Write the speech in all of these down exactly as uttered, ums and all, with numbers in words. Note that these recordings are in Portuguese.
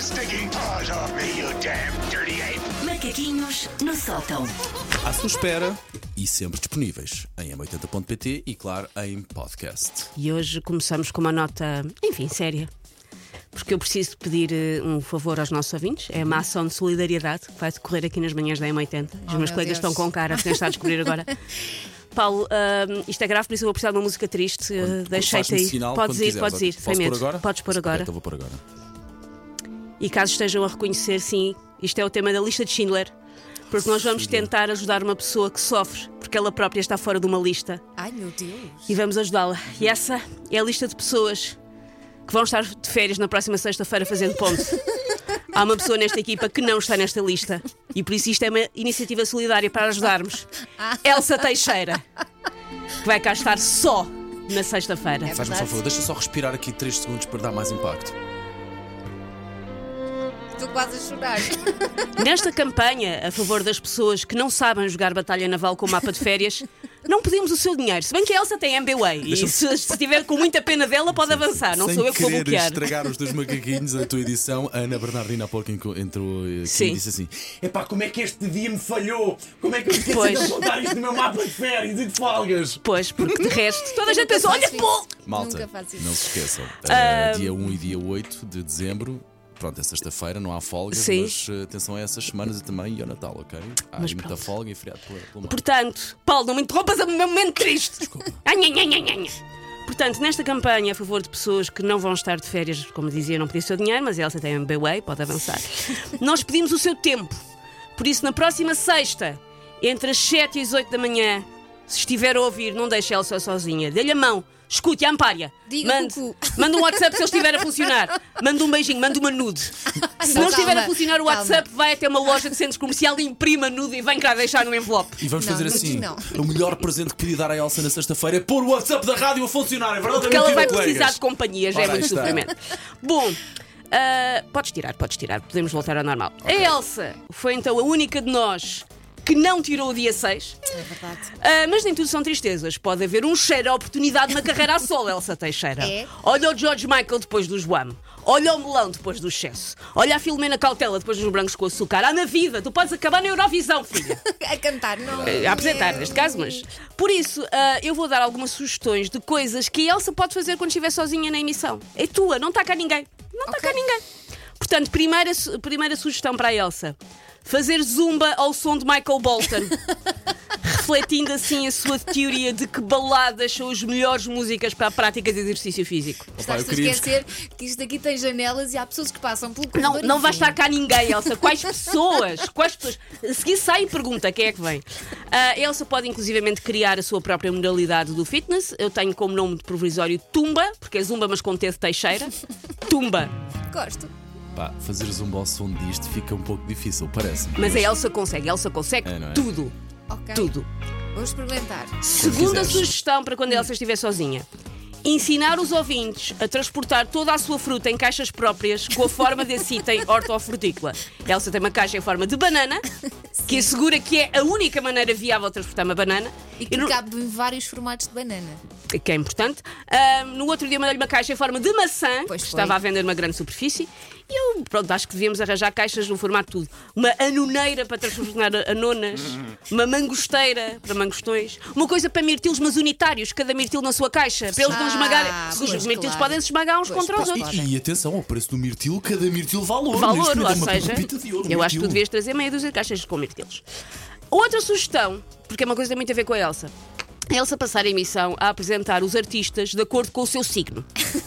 stinking paws off me, you damn dirty ape! Macaquinhos no sótão. À sua espera e sempre disponíveis em m oitenta ponto pt e, claro, em podcast. E hoje começamos com uma nota, enfim, séria. Porque eu preciso pedir uh, um favor aos nossos ouvintes. É uma ação de solidariedade que vai decorrer aqui nas manhãs da M oitenta. Os Oh, meus meu colegas Deus. estão com cara, quem está a descobrir agora. Paulo, uh, isto é grave, por isso eu vou precisar de uma música triste. Uh, Deixei-te Faz-me aí. sinal Podes quando ir, quiseres. podes ir, Posso sem pôr medo. agora? Podes pôr Ok, agora. então vou pôr agora. E caso estejam a reconhecer, sim, isto é o tema da lista de Schindler. Porque nós vamos tentar ajudar uma pessoa que sofre porque ela própria está fora de uma lista. Ai, meu Deus. E vamos ajudá-la. E essa é a lista de pessoas que vão estar de férias na próxima sexta-feira fazendo ponte. Há uma pessoa nesta equipa que não está nesta lista. E por isso isto é uma iniciativa solidária para ajudarmos. Elsa Teixeira, que vai cá estar só na sexta-feira. É Faz-me só um verdade. favor, deixa só respirar aqui três segundos para dar mais impacto. Estou quase a chorar. Nesta campanha a favor das pessoas que não sabem jogar batalha naval com mapa de férias, não pedimos o seu dinheiro. Se bem que a Elsa tem M B A e se, se estiver com muita pena dela pode avançar. Não Sem sou eu que vou querer bloquear. estragar os dois macaquinhos, a tua edição, a Ana Bernardina há pouco enco- entrou aqui Sim. e disse assim: epá, como é que este dia me falhou? Como é que eu esqueci Pois. de apontar isto no meu mapa de férias e de folgas? Pois, porque de resto toda a gente pensou, olha, pô! Malta, Nunca faço isso. não se esqueçam, uh, dia um e dia oito de dezembro. Pronto, é sexta-feira, não há folgas, Sim. mas uh, atenção a essas semanas e também e ao Natal, ok? Há Mas aí muita pronto. folga e feriado pelo, pelo mar. Portanto, Paulo, não me interrompas o meu momento triste. Anha, anha, anha, anha. Portanto, nesta campanha a favor de pessoas que não vão estar de férias, como dizia, não pedir o seu dinheiro, mas a Elsa tem M B A, pode avançar. Nós pedimos o seu tempo. Por isso, na próxima sexta, entre as sete e as oito da manhã, se estiver a ouvir, não deixe a Elsa sozinha. Dê-lhe a mão. Escute, ampare-a. Diga Mande, cucu. manda um WhatsApp se ele estiver a funcionar. Manda um beijinho, manda uma nude. Se não Não, estiver a calma, funcionar o calma. WhatsApp, vai até uma loja de centro comercial e imprima a nude e vem cá deixar no envelope. E vamos Não, fazer nudes assim: não. o melhor presente que podia dar à Elsa na sexta-feira é pôr o WhatsApp da rádio a funcionar, é verdade? Porque ou ela mentira, vai precisar colegas? de companhia, já é Ora, muito aí está. sofrimento. Bom, ah, podes tirar, podes tirar, podemos voltar ao normal. A Elsa foi então a única de nós que não tirou o dia seis. É verdade. Ah, mas nem tudo são tristezas. Pode haver um cheiro à oportunidade na carreira a solo, Elsa Teixeira. É? Olha o George Michael depois do João. Olha o melão depois do excesso. Olha a Filomena Cautela depois dos brancos com açúcar. Há na vida, tu podes acabar na Eurovisão, filha. A cantar, não. A apresentar, neste caso, mas. Por isso, ah, eu vou dar algumas sugestões de coisas que a Elsa pode fazer quando estiver sozinha na emissão. É tua, não está cá ninguém. Não está Ok. cá ninguém. Portanto, primeira, su- primeira sugestão para a Elsa: fazer zumba ao som de Michael Bolton. Refletindo assim a sua teoria de que baladas são as melhores músicas para a prática de exercício físico. Opa, eu Estás a queria- esquecer que isto aqui tem janelas e há pessoas que passam pelo Não, corredor. não e vai veem. estar cá ninguém, Elsa. Quais pessoas? Quais pessoas? A seguir sai e pergunta quem é que vem. A Elsa pode inclusivamente criar a sua própria modalidade do fitness. Eu tenho como nome de provisório Tumba, porque é Zumba, mas com T de Teixeira. Tumba. Gosto. Pá, fazer zumba ao som disto fica um pouco difícil, parece. Mas a Elsa consegue. A Elsa consegue É, não é? tudo. Ok. Tudo. Vou experimentar. Segunda quiseres. sugestão para quando a Elsa estiver sozinha: ensinar os ouvintes a transportar toda a sua fruta em caixas próprias com a forma desse item hortofrutícola. A Elsa tem uma caixa em forma de banana, que assegura que é a única maneira viável de transportar uma banana. E que no- cabe em vários formatos de banana. que é importante. Ah, no outro dia mandei-lhe uma caixa em forma de maçã, Pois que foi. estava a vender numa grande superfície. E eu, pronto, acho que devíamos arranjar caixas no formato de tudo. Uma anoneira para transformar anonas, uma mangosteira para mangostões, uma coisa para mirtilos, mas unitários, cada mirtilo na sua caixa, para eles não Ah, esmagarem. Porque os pois, mirtilos claro. podem se esmagar uns Pois, contra os pois, outros. E, e atenção, ao preço do mirtilo, cada mirtilo valor. Valor, Neste ou momento é uma seja, pepita de ouro, eu acho que tu mirtilo. devias trazer meia dúzia de caixas com mirtilos. Outra sugestão, porque é uma coisa que tem muito a ver com a Elsa. A Elsa passar a emissão a apresentar os artistas de acordo com o seu signo.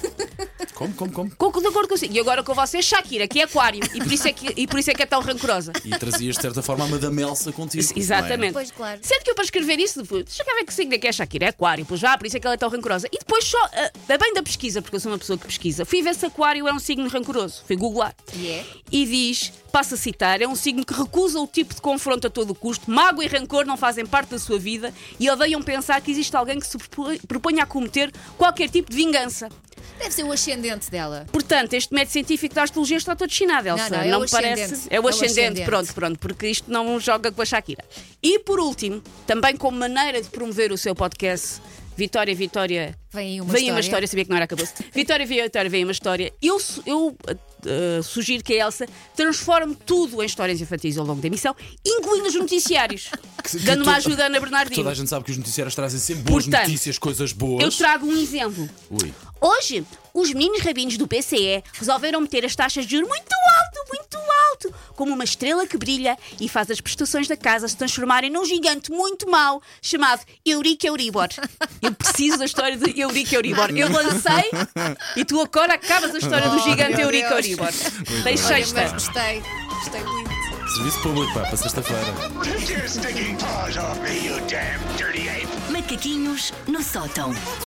Como, como, como? Com, de acordo com o signo. E agora com vocês, Shakira, que é aquário. E por isso é que, e por isso é, que é tão rancorosa. E trazias de certa forma a Madame Elsa contigo. Isso, exatamente. Pois, claro. Sendo que eu para escrever isso, deixa cá ver que signo é que é Shakira, é aquário, pois já, por isso é que ela é tão rancorosa. E depois só, uh, a bem da pesquisa, porque eu sou uma pessoa que pesquisa, fui ver se aquário é um signo rancoroso, fui googlar. E é? E diz, passo a citar, é um signo que recusa o tipo de confronto a todo o custo, mágoa e rancor não fazem parte da sua vida e odeiam pensar que existe alguém que se propõe- proponha a cometer qualquer tipo de vingança. Deve ser o ascendente dela. Portanto, este método científico da astrologia está todo chinado, Elsa. Não, não, é o me ascendente. parece. É o É o ascendente, ascendente. pronto, pronto, porque isto não joga com a Shakira. E por último, também como maneira de promover o seu podcast, Vitória, Vitória. Vem aí uma Vem uma história. história, sabia que não era acabou-se. Vitória, Vitória, vem uma história. Eu, eu uh, sugiro que a Elsa transforme tudo em histórias infantis ao longo da emissão, incluindo os noticiários, Que- que dando uma to- ajuda a Ana Bernardino. Toda a gente sabe que os noticiários trazem sempre boas Portanto, notícias, coisas boas. Eu trago um exemplo. Ui. Hoje, os meninos rabinos do P C E resolveram meter as taxas de juros muito alto, muito alto, como uma estrela que brilha e faz as prestações da casa se transformarem num gigante muito mau chamado Eurico Euribor. Eu preciso da história de Eurico Euribor. Eu lancei e tu agora acabas a história do gigante meu Eurico Deus. Euribor. bem. Deixa Olha, esta. mas gostei. Gostei muito. Serviço público, pá, para sexta-feira. Take your stinking paws off me, you damn dirty ape! Macaquinhos no sótão.